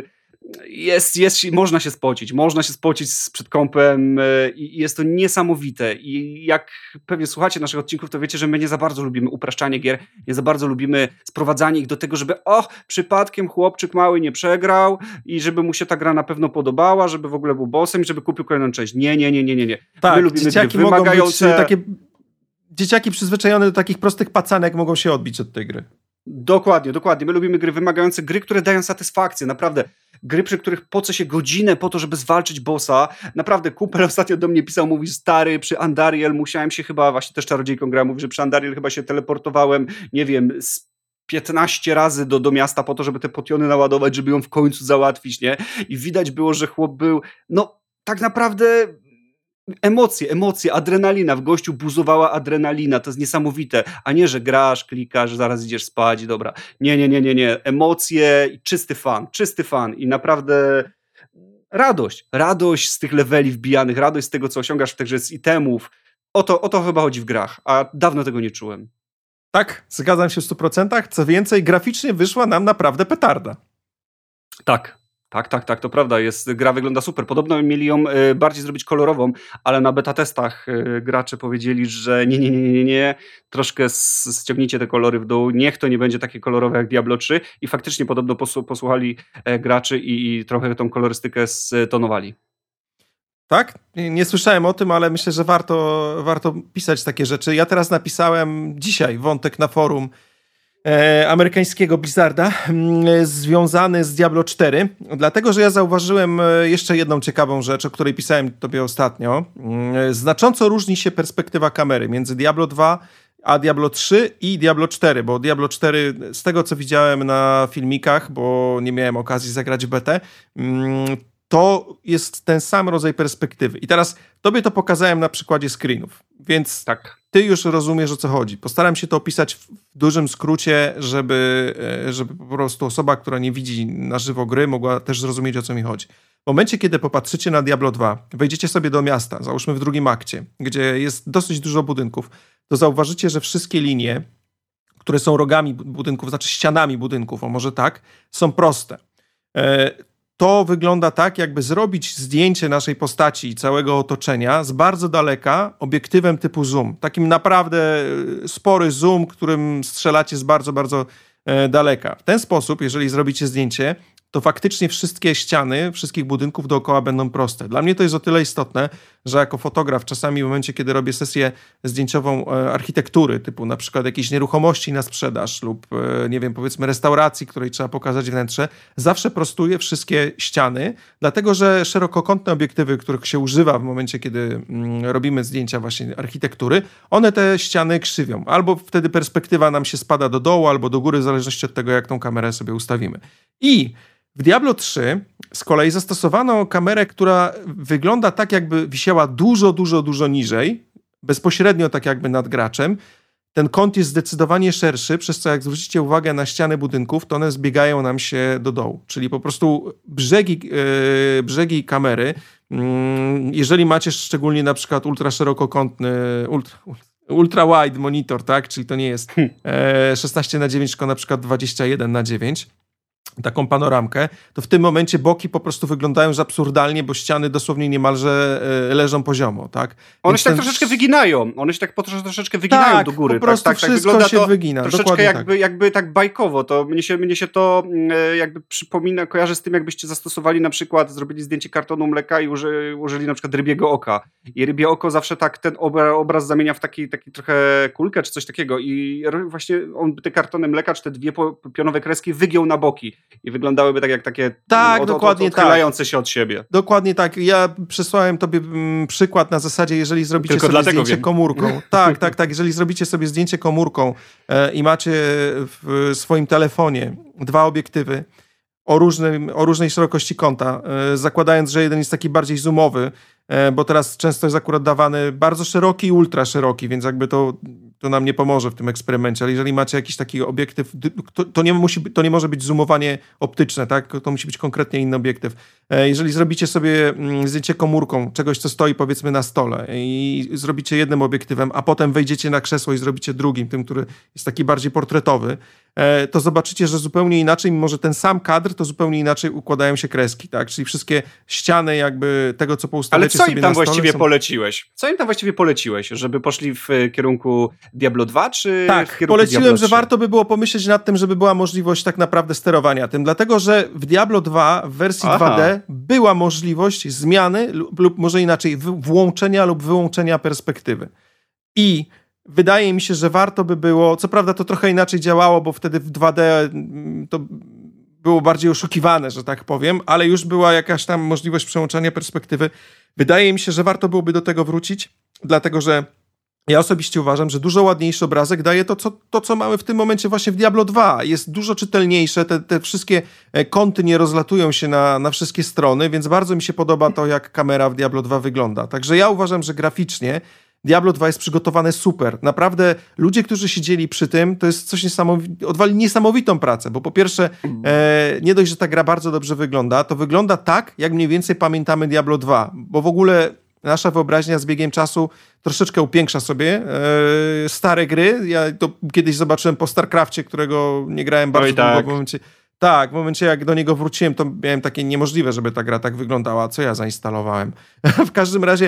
można się spocić przed kąpem i jest to niesamowite. I jak pewnie słuchacie naszych odcinków, to wiecie, że my nie za bardzo lubimy upraszczanie gier, nie za bardzo lubimy sprowadzanie ich do tego, żeby przypadkiem chłopczyk mały nie przegrał i żeby mu się ta gra na pewno podobała, żeby w ogóle był bossem i żeby kupił kolejną część. Nie. Tak, my lubimy gry wymagające... Dzieciaki przyzwyczajone do takich prostych pacanek mogą się odbić od tej gry. Dokładnie. My lubimy gry wymagające, gry, które dają satysfakcję, naprawdę. Gry, przy których po co się godzinę po to, żeby zwalczyć bossa. Naprawdę, kumpel ostatnio do mnie pisał, mówi, stary, przy Andariel musiałem się chyba, właśnie też czarodziejką grałem, mówi, że przy Andariel chyba się teleportowałem, nie wiem, 15 razy do miasta po to, żeby te potiony naładować, żeby ją w końcu załatwić, nie? I widać było, że chłop był, tak naprawdę... Emocje, adrenalina. W gościu buzowała adrenalina. To jest niesamowite. A nie, że grasz, klikasz, zaraz idziesz spać, dobra. Nie. Emocje i czysty fan. I naprawdę radość z tych leveli wbijanych, radość z tego, co osiągasz w tych z itemów. O to chyba chodzi w grach, a dawno tego nie czułem. Tak, zgadzam się w 100%. Co więcej, graficznie wyszła nam naprawdę petarda. Tak, to prawda, gra wygląda super. Podobno mieli ją bardziej zrobić kolorową, ale na beta testach gracze powiedzieli, że nie, troszkę ściągnijcie te kolory w dół, niech to nie będzie takie kolorowe jak Diablo 3 i faktycznie podobno posłuchali graczy i trochę tą kolorystykę stonowali. Tak? Nie słyszałem o tym, ale myślę, że warto pisać takie rzeczy. Ja teraz napisałem dzisiaj wątek na forum amerykańskiego Blizzarda związany z Diablo 4, dlatego, że ja zauważyłem jeszcze jedną ciekawą rzecz, o której pisałem tobie ostatnio. Znacząco różni się perspektywa kamery między Diablo 2 a Diablo 3 i Diablo 4, bo Diablo 4, z tego co widziałem na filmikach, bo nie miałem okazji zagrać w betę, to jest ten sam rodzaj perspektywy. I teraz tobie to pokazałem na przykładzie screenów, więc ty już rozumiesz, o co chodzi. Postaram się to opisać w dużym skrócie, żeby po prostu osoba, która nie widzi na żywo gry, mogła też zrozumieć, o co mi chodzi. W momencie, kiedy popatrzycie na Diablo 2, wejdziecie sobie do miasta, załóżmy w drugim akcie, gdzie jest dosyć dużo budynków, to zauważycie, że wszystkie linie, które są rogami budynków, znaczy ścianami budynków, może tak, są proste. To wygląda tak, jakby zrobić zdjęcie naszej postaci i całego otoczenia z bardzo daleka obiektywem typu zoom. Takim naprawdę spory zoom, którym strzelacie z bardzo, bardzo daleka. W ten sposób, jeżeli zrobicie zdjęcie, to faktycznie wszystkie ściany, wszystkich budynków dookoła będą proste. Dla mnie to jest o tyle istotne, że jako fotograf czasami w momencie, kiedy robię sesję zdjęciową architektury, typu na przykład jakiejś nieruchomości na sprzedaż lub, nie wiem, powiedzmy restauracji, której trzeba pokazać wnętrze, zawsze prostuję wszystkie ściany, dlatego że szerokokątne obiektywy, których się używa w momencie, kiedy robimy zdjęcia właśnie architektury, one te ściany krzywią. Albo wtedy perspektywa nam się spada do dołu, albo do góry, w zależności od tego, jak tą kamerę sobie ustawimy. I w Diablo 3 z kolei zastosowano kamerę, która wygląda tak, jakby wisiała dużo niżej, bezpośrednio tak jakby nad graczem. Ten kąt jest zdecydowanie szerszy, przez co jak zwrócicie uwagę na ściany budynków, to one zbiegają nam się do dołu. Czyli po prostu brzegi kamery, jeżeli macie szczególnie na przykład ultraszerokokątny, ultra-wide monitor, tak? Czyli to nie jest 16:9, tylko na przykład 21:9, taką panoramkę, to w tym momencie boki po prostu wyglądają już absurdalnie, bo ściany dosłownie niemalże leżą poziomo, tak? One się tak troszeczkę wyginają. One się tak troszeczkę wyginają do góry. Po prostu wszystko wygląda się to wygina. Troszeczkę jakby tak bajkowo. To mnie się to jakby przypomina, kojarzy z tym, jakbyście zastosowali na przykład, zrobili zdjęcie kartonu mleka i użyli na przykład rybiego oka. I rybie oko zawsze tak ten obraz zamienia w taki trochę kulkę czy coś takiego. I właśnie on te kartony mleka, czy te dwie pionowe kreski wygiął na boki. I wyglądałyby tak jak takie dokładnie odchylające się od siebie. Dokładnie tak. Ja przesłałem tobie przykład na zasadzie, jeżeli zrobicie sobie zdjęcie komórką. Tak. Jeżeli zrobicie sobie zdjęcie komórką i macie w swoim telefonie 2 obiektywy o różnej szerokości kąta, zakładając, że jeden jest taki bardziej zoomowy, bo teraz często jest akurat dawany bardzo szeroki i ultra szeroki, więc jakby to nam nie pomoże w tym eksperymencie, ale jeżeli macie jakiś taki obiektyw, to nie może być zoomowanie optyczne, tak? To musi być konkretnie inny obiektyw. Jeżeli zrobicie sobie zdjęcie komórką czegoś, co stoi powiedzmy na stole i zrobicie jednym obiektywem, a potem wejdziecie na krzesło i zrobicie drugim, tym, który jest taki bardziej portretowy, to zobaczycie, że zupełnie inaczej, mimo że ten sam kadr, to zupełnie inaczej układają się kreski, tak? Czyli wszystkie ściany jakby tego, co poustawiacie sobie na stole. Ale co im tam właściwie poleciłeś? Co im tam właściwie poleciłeś? Żeby poszli w kierunku Diablo 2, czy tak, w kierunku poleciłem, Diablo 3? Że warto by było pomyśleć nad tym, żeby była możliwość tak naprawdę sterowania tym, dlatego, że w Diablo 2 w wersji 2D była możliwość zmiany lub może inaczej, włączenia lub wyłączenia perspektywy. I wydaje mi się, że warto by było, co prawda to trochę inaczej działało, bo wtedy w 2D to było bardziej oszukiwane, że tak powiem, ale już była jakaś tam możliwość przełączania perspektywy. Wydaje mi się, że warto byłoby do tego wrócić, dlatego że ja osobiście uważam, że dużo ładniejszy obrazek daje to, co mamy w tym momencie właśnie w Diablo 2. Jest dużo czytelniejsze, te wszystkie kąty nie rozlatują się na wszystkie strony, więc bardzo mi się podoba to, jak kamera w Diablo 2 wygląda. Także ja uważam, że graficznie Diablo 2 jest przygotowane super. Naprawdę ludzie, którzy siedzieli przy tym, to jest coś niesamowite, odwali niesamowitą pracę, bo po pierwsze nie dość, że ta gra bardzo dobrze wygląda, to wygląda tak, jak mniej więcej pamiętamy Diablo 2, bo w ogóle nasza wyobraźnia z biegiem czasu troszeczkę upiększa sobie stare gry. Ja to kiedyś zobaczyłem po StarCrafcie, którego nie grałem bardzo długo w momencie. Tak, w momencie jak do niego wróciłem, to miałem takie niemożliwe, żeby ta gra tak wyglądała. Co ja zainstalowałem? W każdym razie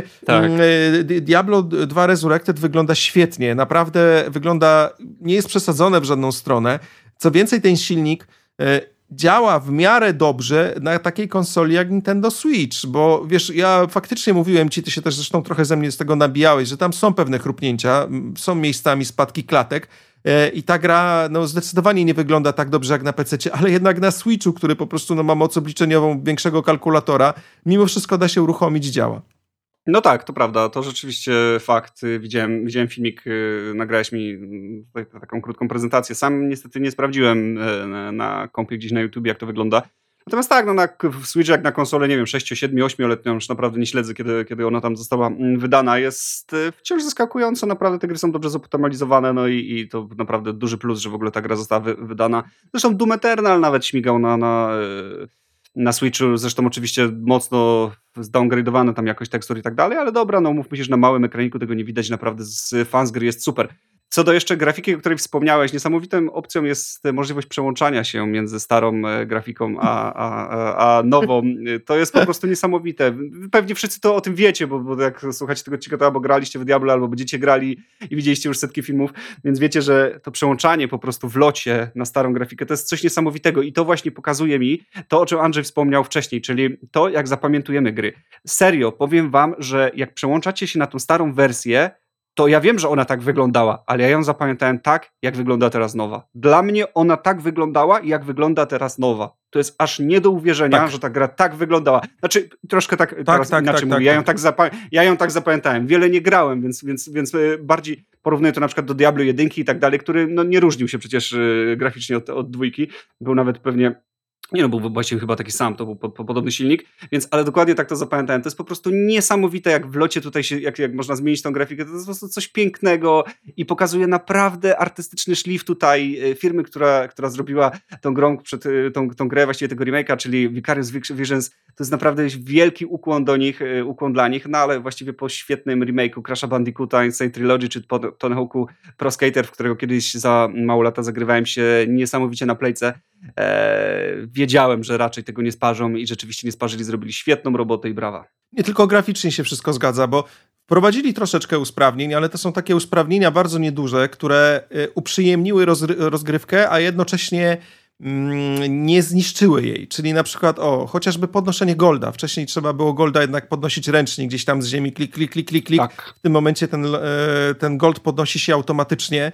Diablo 2 Resurrected wygląda świetnie. Naprawdę wygląda, nie jest przesadzone w żadną stronę. Co więcej, ten silnik działa w miarę dobrze na takiej konsoli jak Nintendo Switch, bo wiesz, ja faktycznie mówiłem ci, ty się też zresztą trochę ze mnie z tego nabijałeś, że tam są pewne chrupnięcia, są miejscami spadki klatek i ta gra zdecydowanie nie wygląda tak dobrze jak na PC-cie, ale jednak na Switchu, który po prostu ma moc obliczeniową większego kalkulatora, mimo wszystko da się uruchomić, działa. No tak, to prawda, to rzeczywiście fakt. Widziałem filmik, nagrałeś mi taką krótką prezentację. Sam niestety nie sprawdziłem na kompie gdzieś na YouTube, jak to wygląda. Natomiast tak, w Switch jak na konsolę, nie wiem, 6, 7, 8-letnią, już naprawdę nie śledzę, kiedy ona tam została wydana, jest wciąż zaskakująco, naprawdę te gry są dobrze zoptymalizowane, i to naprawdę duży plus, że w ogóle ta gra została wydana. Zresztą Doom Eternal nawet śmigał na Switchu, zresztą oczywiście mocno zdowngrade'owane tam jakoś tekstur i tak dalej, ale dobra, mówmy się, że na małym ekraniku tego nie widać, naprawdę fan z gry jest super. Co do jeszcze grafiki, o której wspomniałeś, niesamowitą opcją jest możliwość przełączania się między starą grafiką a nową. To jest po prostu niesamowite. Pewnie wszyscy to o tym wiecie, bo jak słuchacie tego odcinka, to albo graliście w Diablo, albo będziecie grali i widzieliście już setki filmów, więc wiecie, że to przełączanie po prostu w locie na starą grafikę to jest coś niesamowitego i to właśnie pokazuje mi to, o czym Andrzej wspomniał wcześniej, czyli to, jak zapamiętujemy gry. Serio, powiem wam, że jak przełączacie się na tą starą wersję, to ja wiem, że ona tak wyglądała, ale ja ją zapamiętałem tak, jak wygląda teraz nowa. Dla mnie ona tak wyglądała, jak wygląda teraz nowa. To jest aż nie do uwierzenia, że ta gra tak wyglądała. Znaczy, troszkę teraz inaczej mówię. Ja ją tak zapamiętałem. Wiele nie grałem, więc bardziej porównuję to na przykład do Diablo 1 i tak dalej, który nie różnił się przecież graficznie od dwójki. Był nawet pewnie... był właściwie chyba taki sam, to był podobny silnik, ale dokładnie tak to zapamiętałem. To jest po prostu niesamowite, jak w locie tutaj się, jak można zmienić tą grafikę, to jest po prostu coś pięknego i pokazuje naprawdę artystyczny szlif tutaj firmy, która zrobiła tą grą, tą grę, właściwie tego remake'a, czyli Vicarious Visions. To jest naprawdę wielki ukłon do nich, ukłon dla nich, ale właściwie po świetnym remake'u Crash'a Bandicoota, Insane Trilogy, czy po Tony Hawk'u Pro Skater, w którego kiedyś za mało lata zagrywałem się niesamowicie na playce. wiedziałem, że raczej tego nie sparzą i rzeczywiście nie sparzyli, zrobili świetną robotę i brawa. Nie tylko graficznie się wszystko zgadza, bo wprowadzili troszeczkę usprawnień, ale to są takie usprawnienia bardzo nieduże, które uprzyjemniły rozgrywkę, a jednocześnie nie zniszczyły jej. Czyli na przykład, chociażby podnoszenie golda. Wcześniej trzeba było golda jednak podnosić ręcznie, gdzieś tam z ziemi, klik, klik, klik, klik, klik. Tak. W tym momencie ten gold podnosi się automatycznie.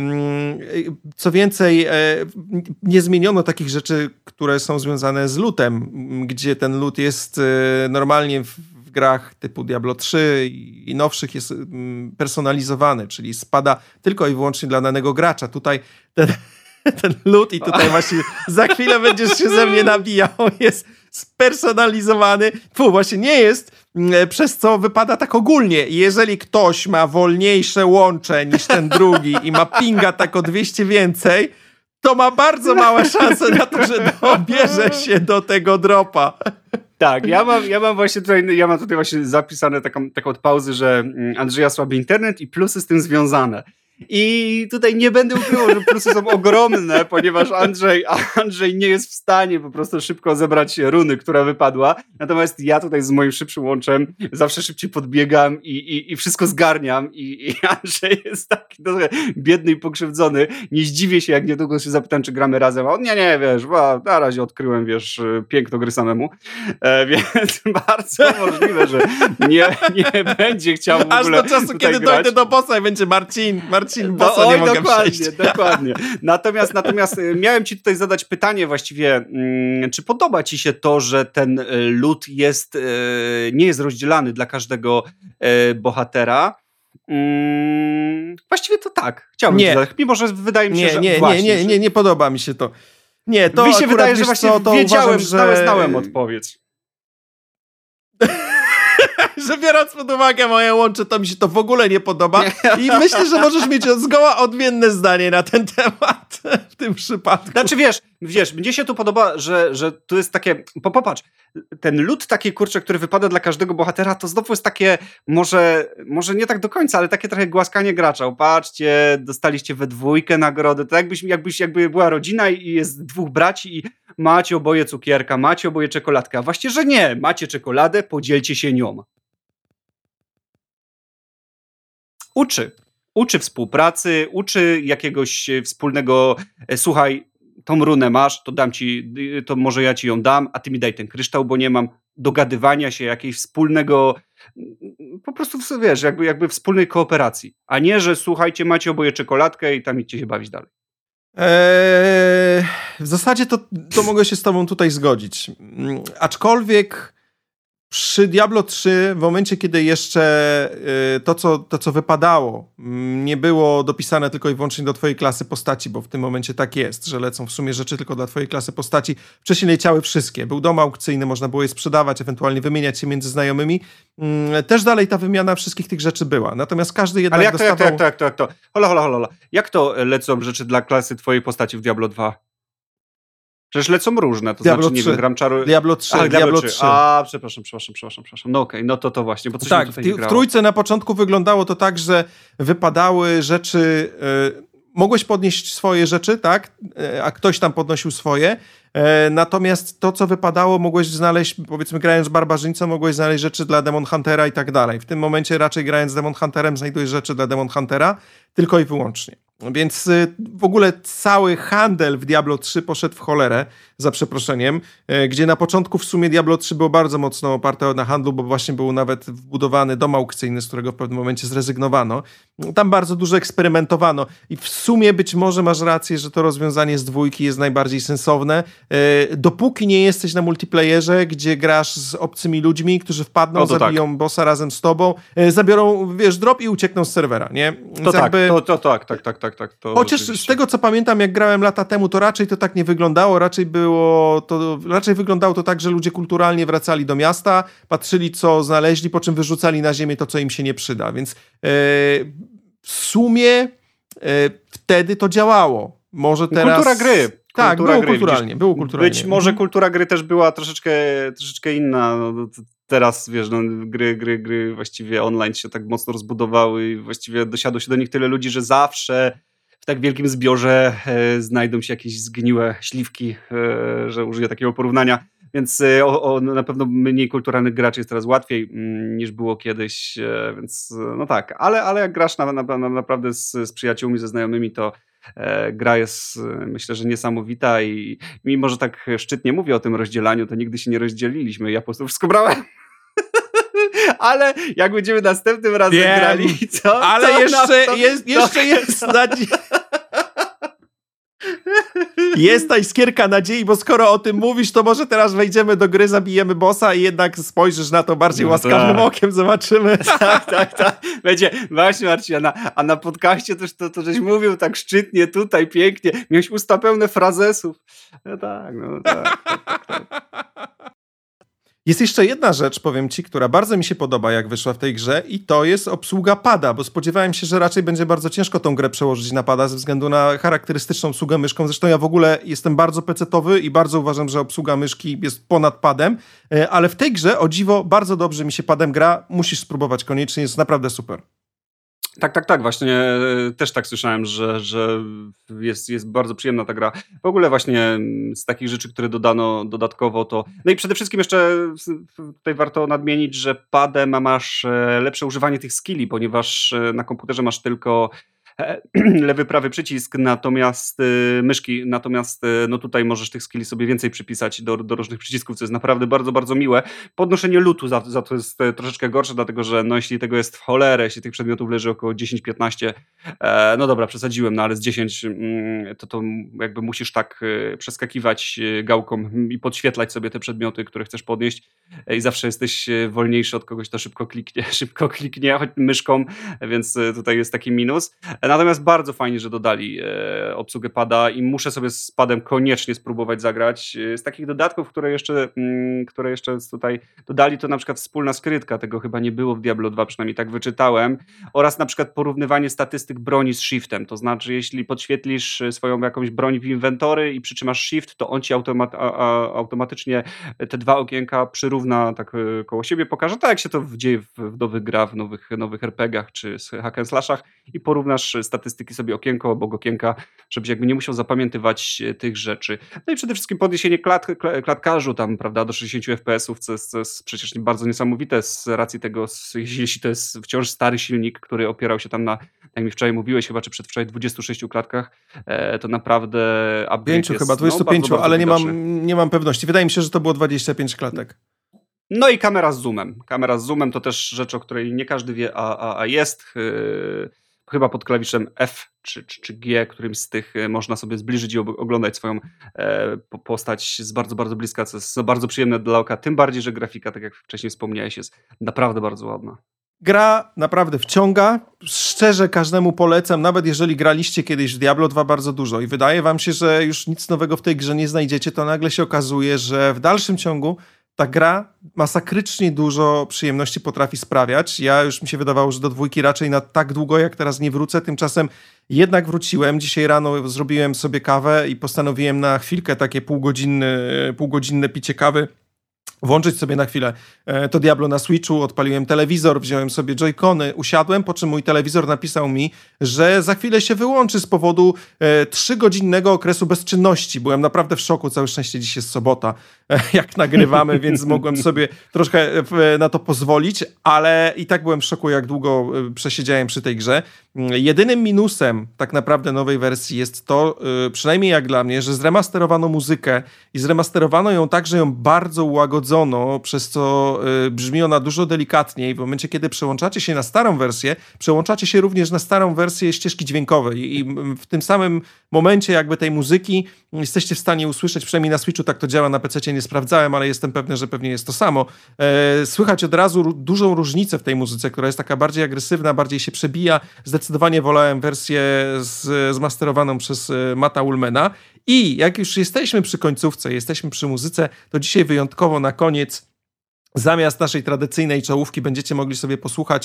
Co więcej, nie zmieniono takich rzeczy, które są związane z lootem, gdzie ten loot jest normalnie w grach typu Diablo 3 i nowszych jest personalizowany, czyli spada tylko i wyłącznie dla danego gracza. Tutaj ten loot i tutaj właśnie za chwilę będziesz się ze mnie nabijał, jest spersonalizowany. Właśnie nie jest, przez co wypada tak ogólnie. Jeżeli ktoś ma wolniejsze łącze niż ten drugi i ma pinga tak o 200 więcej, to ma bardzo małe szanse na to, że dobierze się do tego dropa. Tak, ja mam właśnie tutaj, ja mam tutaj właśnie zapisane taką od pauzy, że Andrzeja słaby internet i plusy z tym związane. I tutaj nie będę ukrywał, że plusy są ogromne, ponieważ Andrzej nie jest w stanie po prostu szybko zebrać runy, która wypadła. Natomiast ja tutaj z moim szybszym łączem zawsze szybciej podbiegam i wszystko zgarniam. I Andrzej jest taki trochę biedny i pokrzywdzony. Nie zdziwię się, jak niedługo się zapytam, czy gramy razem. A on nie, wiesz, na razie odkryłem, wiesz, piękno gry samemu. Więc bardzo możliwe, że nie będzie chciał w ogóle aż do czasu, kiedy grać. dojdę do bossa i będzie Marcin, bossa nie mogę przejść. Dokładnie. Natomiast miałem ci tutaj zadać pytanie właściwie, czy podoba ci się to, że ten loot nie jest rozdzielany dla każdego bohatera? Właściwie to tak. Chciałbym ci zadać, mimo że wydaje mi się, że nie podoba mi się to. Nie, to mi się wydaje, że właśnie wiedziałem, uważam, znałem odpowiedź. Że biorąc pod uwagę moje łącze, to mi się to w ogóle nie podoba i myślę, że możesz mieć zgoła odmienne zdanie na ten temat w tym przypadku. Znaczy wiesz, mnie się tu podoba, że tu jest takie, popatrz, ten loot taki, kurczę, który wypada dla każdego bohatera, to znowu jest takie, może nie tak do końca, ale takie trochę głaskanie gracza. Patrzcie, dostaliście we dwójkę nagrody, to jakby była rodzina i jest dwóch braci i macie oboje cukierka, macie oboje czekoladkę, a właściwie, że nie, macie czekoladę, podzielcie się nią. Uczy współpracy, uczy jakiegoś wspólnego, słuchaj, tą runę masz, to dam ci, to może ja ci ją dam, a ty mi daj ten kryształ, bo nie mam, dogadywania się, jakiegoś wspólnego, po prostu, wiesz, jakby wspólnej kooperacji, a nie, że słuchajcie, macie oboje czekoladkę i tam idźcie się bawić dalej. W zasadzie to mogę się z tobą tutaj zgodzić. Aczkolwiek przy Diablo 3, w momencie, kiedy jeszcze to, co wypadało, nie było dopisane tylko i wyłącznie do twojej klasy postaci, bo w tym momencie tak jest, że lecą w sumie rzeczy tylko dla twojej klasy postaci. Wcześniej leciały wszystkie. Był dom aukcyjny, można było je sprzedawać, ewentualnie wymieniać się między znajomymi. Też dalej ta wymiana wszystkich tych rzeczy była. Natomiast każdy jednak dostawał... Ale jak to? Hola. Jak to lecą rzeczy dla klasy twojej postaci w Diablo 2? Przecież lecą różne, to Diablo znaczy, 3. nie wiem, gram czaru... Diablo 3, Diablo 3. A, przepraszam. No okej, no to właśnie, bo coś tak, mi tutaj nie grało. W trójce na początku wyglądało to tak, że wypadały rzeczy... mogłeś podnieść swoje rzeczy, tak? A ktoś tam podnosił swoje. Natomiast to, co wypadało, mogłeś znaleźć, powiedzmy grając barbarzyńcą, mogłeś znaleźć rzeczy dla Demon Huntera i tak dalej. W tym momencie raczej grając Demon Hunterem znajdujesz rzeczy dla Demon Huntera tylko i wyłącznie. Więc w ogóle cały handel w Diablo 3 poszedł w cholerę, za przeproszeniem, gdzie na początku w sumie Diablo 3 było bardzo mocno oparte na handlu, bo właśnie był nawet wbudowany dom aukcyjny, z którego w pewnym momencie zrezygnowano. Tam bardzo dużo eksperymentowano i w sumie być może masz rację, że to rozwiązanie z dwójki jest najbardziej sensowne. Dopóki nie jesteś na multiplayerze, gdzie grasz z obcymi ludźmi, którzy wpadną, zabiją bossa razem z tobą, zabiorą, wiesz, drop i uciekną z serwera, nie? Więc tak. To chociaż z tego, co pamiętam, jak grałem lata temu, to raczej to tak nie wyglądało, raczej wyglądało to tak, że ludzie kulturalnie wracali do miasta, patrzyli, co znaleźli, po czym wyrzucali na ziemię to, co im się nie przyda, więc w sumie wtedy to działało. Może teraz... Kultura gry. Tak, było kulturalnie. Być może kultura gry też była troszeczkę inna. No, teraz, wiesz, no, gry właściwie online się tak mocno rozbudowały i właściwie dosiadło się do nich tyle ludzi, że zawsze w tak wielkim zbiorze znajdą się jakieś zgniłe śliwki, że użyję takiego porównania. Więc na pewno mniej kulturalnych graczy jest teraz łatwiej niż było kiedyś, więc no tak. Ale jak grasz naprawdę z przyjaciółmi, ze znajomymi, to gra jest, myślę, że niesamowita i mimo, że tak szczytnie mówię o tym rozdzielaniu, to nigdy się nie rozdzieliliśmy. Ja po prostu wszystko brałem. Ale jak będziemy następnym razem grali, co? Ale jeszcze jest nadzieja. Jest ta iskierka nadziei, bo skoro o tym mówisz, to może teraz wejdziemy do gry, zabijemy bossa i jednak spojrzysz na to bardziej łaskawym okiem, zobaczymy. Tak. Będzie, właśnie Marcin, a na podcaście też to żeś mówił tak szczytnie, tutaj pięknie, miałeś usta pełne frazesów. No tak. Jest jeszcze jedna rzecz, powiem ci, która bardzo mi się podoba, jak wyszła w tej grze i to jest obsługa pada, bo spodziewałem się, że raczej będzie bardzo ciężko tą grę przełożyć na pada ze względu na charakterystyczną obsługę myszką. Zresztą ja w ogóle jestem bardzo pecetowy i bardzo uważam, że obsługa myszki jest ponad padem, ale w tej grze, o dziwo, bardzo dobrze mi się padem gra. Musisz spróbować koniecznie, jest naprawdę super. Tak, właśnie też tak słyszałem, że jest bardzo przyjemna ta gra. W ogóle właśnie z takich rzeczy, które dodano dodatkowo to... No i przede wszystkim jeszcze tutaj warto nadmienić, że padem masz lepsze używanie tych skilli, ponieważ na komputerze masz tylko lewy, prawy przycisk, natomiast myszki, natomiast no tutaj możesz tych skilli sobie więcej przypisać do różnych przycisków, co jest naprawdę bardzo, bardzo miłe. Podnoszenie lootu za to jest troszeczkę gorsze, dlatego że no jeśli tego jest w cholerę, jeśli tych przedmiotów leży około 10-15, no dobra, przesadziłem, no ale z 10 to jakby musisz tak przeskakiwać gałką i podświetlać sobie te przedmioty, które chcesz podnieść i zawsze jesteś wolniejszy od kogoś, kto szybko kliknie choć myszką, więc tutaj jest taki minus. Natomiast bardzo fajnie, że dodali obsługę pada i muszę sobie z padem koniecznie spróbować zagrać. Z takich dodatków, które jeszcze tutaj dodali, to na przykład wspólna skrytka, tego chyba nie było w Diablo 2, przynajmniej tak wyczytałem, oraz na przykład porównywanie statystyk broni z shiftem, to znaczy jeśli podświetlisz swoją jakąś broń w inwentory i przytrzymasz shift, to on ci automatycznie te dwa okienka przyrówna tak koło siebie, pokaże, tak jak się to dzieje w nowych grach, w nowych RPG-ach czy hack and slashach i porównasz statystyki sobie okienko obok okienka, żebyś jakby nie musiał zapamiętywać tych rzeczy. No i przede wszystkim podniesienie klatkarzu tam, prawda, do 60 FPS-ów, co jest przecież bardzo niesamowite z racji tego, jeśli to jest wciąż stary silnik, który opierał się tam na, jak mi wczoraj mówiłeś, chyba czy przedwczoraj 26 klatkach, to naprawdę upgrade 5 jest, chyba, 25, bardzo, bardzo ale widoczny. nie mam pewności. Wydaje mi się, że to było 25 klatek. No i kamera z zoomem. Kamera z zoomem to też rzecz, o której nie każdy wie, a jest. Chyba pod klawiszem F czy G, którym z tych można sobie zbliżyć i oglądać swoją postać z bardzo, bardzo bliska, co jest bardzo przyjemne dla oka, tym bardziej, że grafika, tak jak wcześniej wspomniałeś, jest naprawdę bardzo ładna. Gra naprawdę wciąga, szczerze każdemu polecam, nawet jeżeli graliście kiedyś w Diablo 2 bardzo dużo i wydaje wam się, że już nic nowego w tej grze nie znajdziecie, to nagle się okazuje, że w dalszym ciągu ta gra masakrycznie dużo przyjemności potrafi sprawiać. Ja już mi się wydawało, że do 2 raczej na tak długo jak teraz nie wrócę, tymczasem jednak wróciłem. Dzisiaj rano zrobiłem sobie kawę i postanowiłem na chwilkę takie półgodzinne picie kawy włączyć sobie na chwilę to Diablo na Switchu, odpaliłem telewizor, wziąłem sobie joycony, usiadłem, po czym mój telewizor napisał mi, że za chwilę się wyłączy z powodu 3-godzinnego okresu bezczynności. Byłem naprawdę w szoku, całe szczęście dziś jest sobota, jak nagrywamy, więc mogłem sobie troszkę na to pozwolić, ale i tak byłem w szoku, jak długo przesiedziałem przy tej grze. Jedynym minusem tak naprawdę nowej wersji jest to, przynajmniej jak dla mnie, że zremasterowano muzykę i zremasterowano ją tak, że ją bardzo ułagodzono, przez co brzmi ona dużo delikatniej. W momencie, kiedy przełączacie się na starą wersję, przełączacie się również na starą wersję ścieżki dźwiękowej i w tym samym momencie jakby tej muzyki jesteście w stanie usłyszeć, przynajmniej na Switchu tak to działa, na PC nie sprawdzałem, ale jestem pewny, że pewnie jest to samo. Słychać od razu dużą różnicę w tej muzyce, która jest taka bardziej agresywna, bardziej się przebija. Zdecydowanie wolałem wersję zmasterowaną przez Matta Ullmana. I jak już jesteśmy przy końcówce, jesteśmy przy muzyce, to dzisiaj wyjątkowo na koniec zamiast naszej tradycyjnej czołówki będziecie mogli sobie posłuchać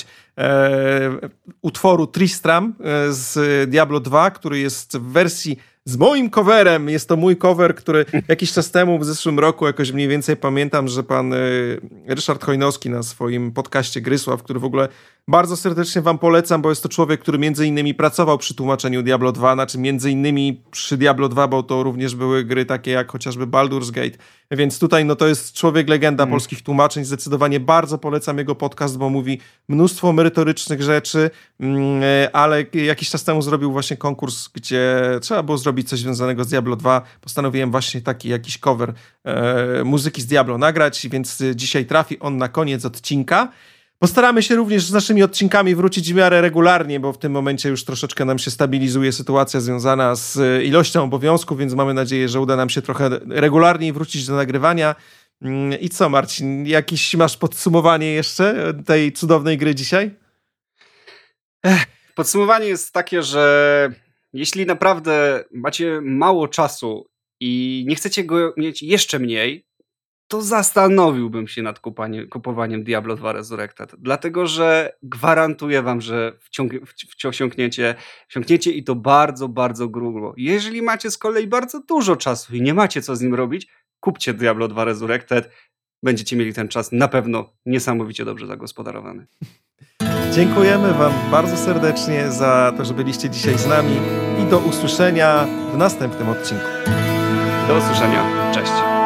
utworu Tristram z Diablo 2, który jest w wersji z moim coverem. Jest to mój cover, który jakiś czas temu, w zeszłym roku, jakoś mniej więcej pamiętam, że pan Ryszard Chojnowski na swoim podcaście Grysław, który w ogóle Bardzo serdecznie wam polecam, bo jest to człowiek, który między innymi pracował przy tłumaczeniu Diablo 2, znaczy między innymi przy Diablo 2, bo to również były gry takie jak chociażby Baldur's Gate, więc tutaj no to jest człowiek legenda polskich tłumaczeń, zdecydowanie bardzo polecam jego podcast, bo mówi mnóstwo merytorycznych rzeczy, ale jakiś czas temu zrobił właśnie konkurs, gdzie trzeba było zrobić coś związanego z Diablo 2, postanowiłem właśnie taki jakiś cover muzyki z Diablo nagrać, więc dzisiaj trafi on na koniec odcinka. Postaramy się również z naszymi odcinkami wrócić w miarę regularnie, bo w tym momencie już troszeczkę nam się stabilizuje sytuacja związana z ilością obowiązków, więc mamy nadzieję, że uda nam się trochę regularniej wrócić do nagrywania. I co, Marcin, jakieś masz podsumowanie jeszcze tej cudownej gry dzisiaj? Podsumowanie jest takie, że jeśli naprawdę macie mało czasu i nie chcecie go mieć jeszcze mniej, to zastanowiłbym się nad kupowaniem Diablo 2 Resurrected. Dlatego, że gwarantuję wam, że wsiąkniecie i to bardzo, bardzo grubo. Jeżeli macie z kolei bardzo dużo czasu i nie macie co z nim robić, kupcie Diablo 2 Resurrected. Będziecie mieli ten czas na pewno niesamowicie dobrze zagospodarowany. Dziękujemy wam bardzo serdecznie za to, że byliście dzisiaj z nami i do usłyszenia w następnym odcinku. Do usłyszenia. Cześć.